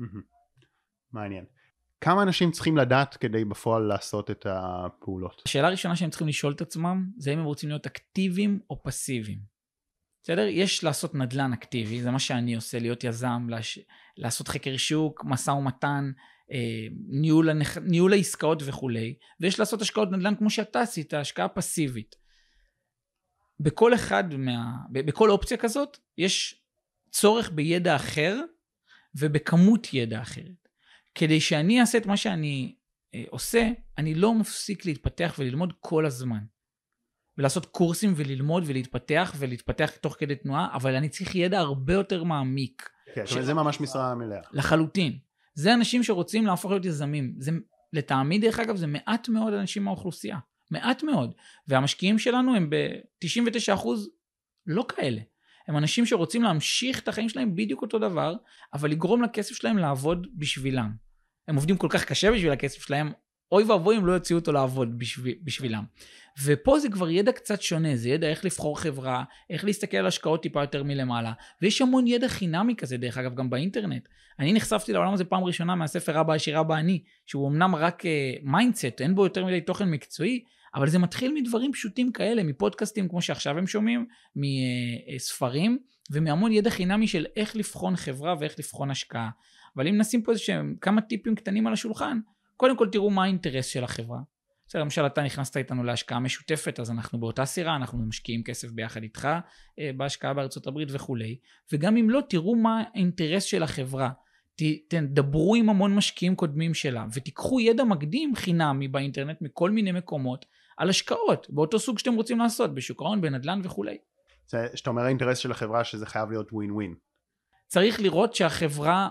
מעניין. כמה אנשים צריכים לדעת כדי בפועל לעשות את הפעולות? השאלה הראשונה שהם צריכים לשאול את עצמם, זה אם הם רוצים להיות אקטיביים או פסיביים. בסדר? יש לעשות נדל"ן אקטיבי, זה מה שאני עושה, להיות יזם, לש... לעשות חקר שוק, מסע ומתן, אה, ניהול, הנכ... ניהול העסקאות וכולי, ויש לעשות השקעות נדל"ן כמו שאתה עשית, השקעה פסיבית. בכל אחד מה... בכל אופציה כזאת, יש צורך בידע אחר, ובכמות ידע אחרת. כדי שאני אעשה את מה שאני אה, עושה, אני לא מפסיק להתפתח וללמוד כל הזמן. ולעשות קורסים וללמוד ולהתפתח ולהתפתח תוך כדי תנועה, אבל אני צריך ידע הרבה יותר מעמיק. כן, ש... זה ממש משרה מלאה. לחלוטין. זה אנשים שרוצים להפוך להיות יזמים. זה, לטעמי דרך אגב, זה מעט מאוד אנשים מהאוכלוסייה. מעט מאוד. והמשקיעים שלנו הם ב-תשעים ותשעה אחוז לא כאלה. הם אנשים שרוצים להמשיך את החיים שלהם בדיוק אותו דבר, אבל לגרום לכסף שלהם לעבוד בשבילם. הם עובדים כל כך קשה בשביל הכסף שלהם, אוי ואבוי אם לא יוציאו אותו לעבוד בשביל, בשבילם. ופה זה כבר ידע קצת שונה, זה ידע איך לבחור חברה, איך להסתכל על השקעות טיפה יותר מלמעלה, ויש המון ידע חינמי כזה, דרך אגב, גם באינטרנט. אני נחשפתי לעולם הזה פעם ראשונה מהספר אבא עשיר אבא אני, שהוא אמנם רק מיינדסט, uh, אין בו יותר מדי תוכן מקצועי, אבל זה מתחיל מדברים פשוטים כאלה, מפודקאסטים כמו שעכשיו הם שומעים, מספרים, ומהמון ידע חינמי של איך לבחון חברה ואיך לבחון השקעה. אבל אם נשים פה איזשהם כמה טיפים קטנים על השולחן, קודם כל תראו מה האינטרס של החברה. בסדר, למשל אתה נכנסת איתנו להשקעה משותפת, אז אנחנו באותה סירה, אנחנו משקיעים כסף ביחד איתך, בהשקעה בארצות הברית וכולי, וגם אם לא, תראו מה האינטרס של החברה, תדברו עם המון משקיעים קודמים שלה, ותיקחו ידע מקדים חינמי באינטרנט מכל מיני מקומות, על השקעות, באותו סוג שאתם רוצים לעשות, בשוק ההון, בנדל"ן וכולי. זה שאתה אומר האינטרס של החברה שזה חייב להיות ווין ווין. צריך לראות שהחברה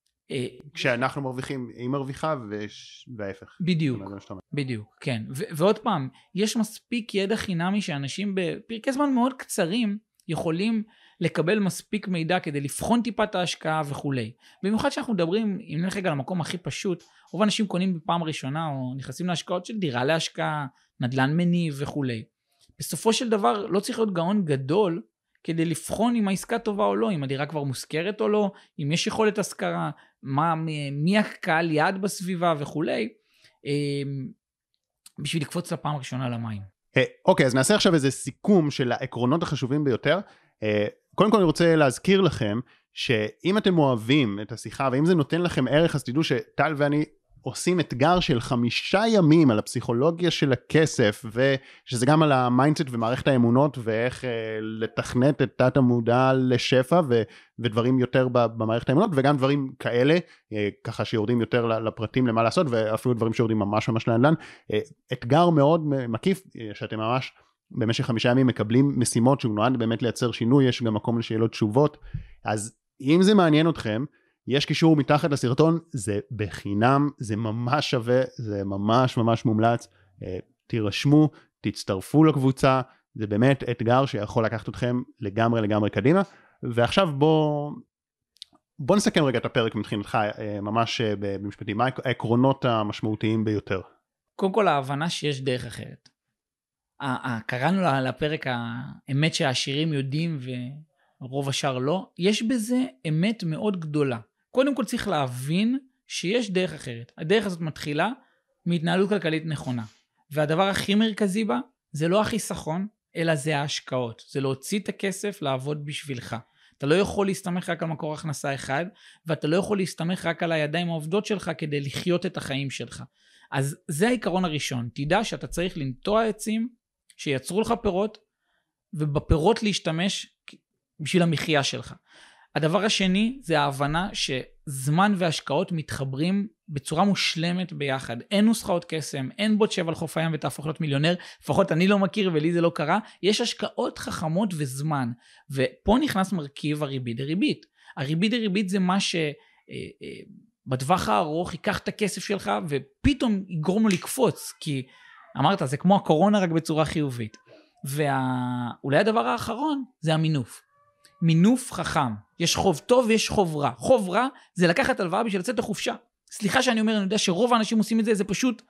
כשאנחנו מרוויחים, היא מרוויחה וההפך. בדיוק, בדיוק, כן. ועוד פעם, יש מספיק ידע חינמי שאנשים בפרקי זמן מאוד קצרים יכולים לקבל מספיק מידע כדי לבחון טיפה את ההשקעה וכולי. במיוחד שאנחנו מדברים, אם נלך רגע למקום הכי פשוט, רוב אנשים קונים בפעם ראשונה או נכנסים להשקעות של דירה להשקעה, נדל"ן מניב וכולי. בסופו של דבר לא צריך להיות גאון גדול כדי לבחון אם העסקה טובה או לא, אם הדירה כבר מושכרת או לא, אם יש יכולת השכרה, מה, מי הקהל יעד בסביבה וכולי, בשביל לקפוץ לפעם הראשונה למים. אוקיי, אז נעשה עכשיו איזה סיכום של העקרונות החשובים ביותר. קודם כל אני רוצה להזכיר לכם, שאם אתם אוהבים את השיחה, ואם זה נותן לכם ערך, אז תדעו שטל ואני עושים אתגר של חמישה ימים על הפסיכולוגיה של הכסף, ושזה גם על המיינדסט ומערכת האמונות, ואיך לתכנת את תת המודע לשפע, ו, ודברים יותר במערכת האמונות, וגם דברים כאלה, ככה שיורדים יותר לפרטים למה לעשות, ואפילו דברים שיורדים ממש ממש לנדל"ן. אתגר מאוד מקיף, שאתם ממש במשך חמישה ימים מקבלים משימות, שהוא נועד באמת לייצר שינוי, יש גם מקום לשאלות תשובות. אז אם זה מעניין אתכם, יש קישור מתחת לסרטון, זה בחינם, זה ממש שווה, זה ממש ממש מומלץ, תירשמו, תצטרפו לקבוצה, זה באמת אתגר שיכול לקחת אתכם לגמרי לגמרי קדימה, ועכשיו בוא, בוא נסכם רגע את הפרק מבחינתך, ממש במשפטים, מה העקרונות המשמעותיים ביותר? קודם כל ההבנה שיש דרך אחרת. קראנו לפרק האמת שהעשירים יודעים ורוב השאר לא, יש בזה אמת מאוד גדולה. קודם כל צריך להבין שיש דרך אחרת. הדרך הזאת מתחילה מהתנהלות כלכלית נכונה. והדבר הכי מרכזי בה, זה לא החיסכון, אלא זה ההשקעות. זה להוציא את הכסף לעבוד בשבילך. אתה לא יכול להסתמך רק על מקור הכנסה אחד, ואתה לא יכול להסתמך רק על הידיים העובדות שלך כדי לחיות את החיים שלך. אז זה העיקרון הראשון. תדע שאתה צריך לנטוע עצים שיצרו לך פירות, ובפירות להשתמש בשביל המחיה שלך. הדבר השני זה ההבנה שזמן והשקעות מתחברים בצורה מושלמת ביחד. אין נוסחאות קסם, אין בוט שב על חוף הים ותהפוך להיות מיליונר, לפחות אני לא מכיר ולי זה לא קרה. יש השקעות חכמות וזמן, ופה נכנס מרכיב הריבית דריבית. הריבית דריבית זה מה שבטווח הארוך ייקח את הכסף שלך ופתאום יגרום לו לקפוץ, כי אמרת זה כמו הקורונה רק בצורה חיובית. ואולי הדבר האחרון זה המינוף. מינוף חכם. יש חוב טוב ויש חוב רע. חוב רע זה לקחת הלוואה בשביל לצאת לחופשה. סליחה שאני אומר, אני יודע שרוב האנשים עושים את זה, זה פשוט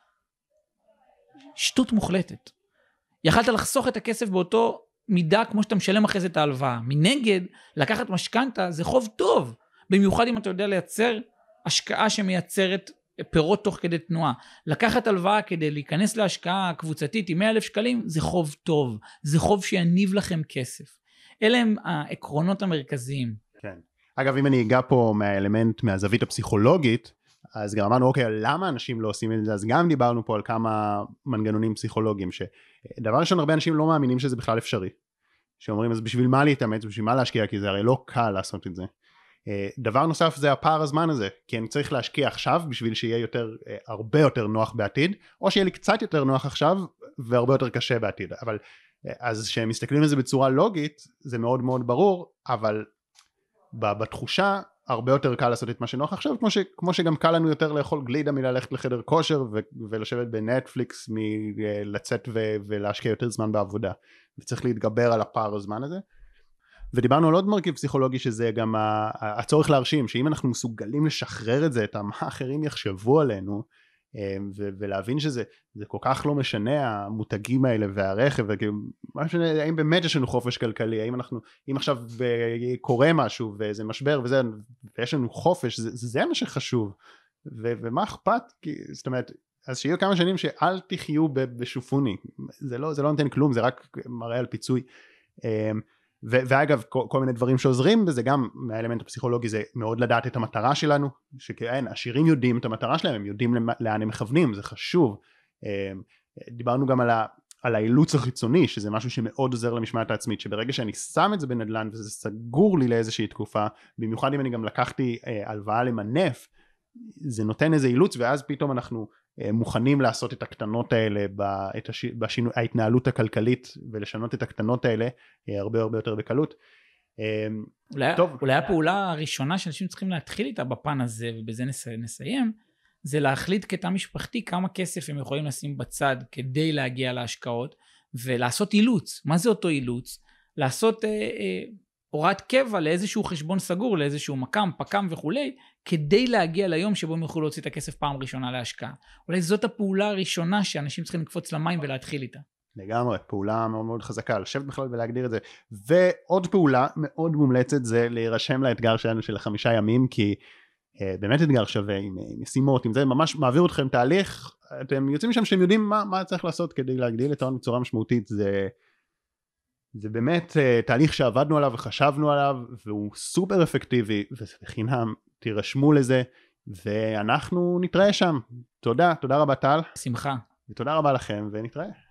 שטות מוחלטת. יכלת לחסוך את הכסף באותו מידה כמו שאתה משלם אחרי זה את ההלוואה. מנגד, לקחת משכנתה זה חוב טוב. במיוחד אם אתה יודע לייצר השקעה שמייצרת פירות תוך כדי תנועה. לקחת הלוואה כדי להיכנס להשקעה קבוצתית עם מאה אלף שקלים, זה חוב טוב. זה חוב שיניב לכם כסף. אלה הם העקרונות המרכזיים. כן. אגב, אם אני אגע פה מהאלמנט, מהזווית הפסיכולוגית, אז גם אמרנו, אוקיי, למה אנשים לא עושים את זה? אז גם דיברנו פה על כמה מנגנונים פסיכולוגיים, שדבר ראשון, הרבה אנשים לא מאמינים שזה בכלל אפשרי. שאומרים, אז בשביל מה להתאמץ, בשביל מה להשקיע, כי זה הרי לא קל לעשות את זה. דבר נוסף זה הפער הזמן הזה, כי אני צריך להשקיע עכשיו, בשביל שיהיה יותר, הרבה יותר נוח בעתיד, או שיהיה לי קצת יותר נוח עכשיו, והרבה יותר קשה בעתיד. אבל אז כשהם מסתכלים על זה בצורה לוגית, זה מאוד מאוד ברור, אבל בתחושה, הרבה יותר קל לעשות את מה שנוח עכשיו, כמו, ש, כמו שגם קל לנו יותר לאכול גלידה מללכת לחדר כושר, ו, ולשבת בנטפליקס, מלצאת ו, ולהשקיע יותר זמן בעבודה, וצריך להתגבר על הפער הזמן הזה. ודיברנו על עוד מרכיב פסיכולוגי, שזה גם הצורך להרשים, שאם אנחנו מסוגלים לשחרר את זה, את מה אחרים יחשבו עלינו, ולהבין שזה זה כל כך לא משנה המותגים האלה והרכב, ומה משנה, האם באמת יש לנו חופש כלכלי, האם אנחנו, אם עכשיו קורה משהו וזה משבר וזה, ויש לנו חופש, זה, זה מה שחשוב, ו, ומה אכפת, כי, זאת אומרת, אז שיהיו כמה שנים שאל תחיו בשופוני, זה לא, זה לא נותן כלום, זה רק מראה על פיצוי. ו- ואגב, כל, כל מיני דברים שעוזרים בזה, גם מהאלמנט הפסיכולוגי, זה מאוד לדעת את המטרה שלנו, שכן, עשירים יודעים את המטרה שלהם, הם יודעים לאן הם מכוונים, זה חשוב. דיברנו גם על, ה- על האילוץ החיצוני, שזה משהו שמאוד עוזר למשמעת העצמית, שברגע שאני שם את זה בנדל"ן, וזה סגור לי לאיזושהי תקופה, במיוחד אם אני גם לקחתי הלוואה למנף, זה נותן איזה אילוץ, ואז פתאום אנחנו מוכנים לעשות את הקטנות האלה, בהתנהלות הכלכלית, ולשנות את הקטנות האלה, הרבה הרבה יותר בקלות. אולי, אולי הפעולה הראשונה שאנשים צריכים להתחיל איתה בפן הזה, ובזה נסיים, זה להחליט כתא משפחתי כמה כסף הם יכולים לשים בצד, כדי להגיע להשקעות, ולעשות אילוץ. מה זה אותו אילוץ? לעשות אה, אה, הוראת קבע לאיזשהו חשבון סגור, לאיזשהו מקם, פקם וכולי, כדי להגיע ליום שבו הם יוכלו להוציא את הכסף פעם ראשונה להשקעה. אולי זאת הפעולה הראשונה שאנשים צריכים לקפוץ למים ולהתחיל איתה. לגמרי, פעולה מאוד מאוד חזקה, לשבת בכלל ולהגדיר את זה. ועוד פעולה מאוד מומלצת זה להירשם לאתגר שלנו של החמישה ימים, כי אה, באמת אתגר שווה עם משימות, עם זה ממש מעביר אתכם תהליך, אתם יוצאים משם שאתם יודעים מה, מה צריך לעשות כדי להגדיל את ההון בצורה משמעותית. זה... זה באמת uh, תהליך שעבדנו עליו וחשבנו עליו, והוא סופר אפקטיבי, וזה בחינם, תירשמו לזה, ואנחנו נתראה שם. תודה, תודה רבה טל. שמחה. ותודה רבה לכם, ונתראה.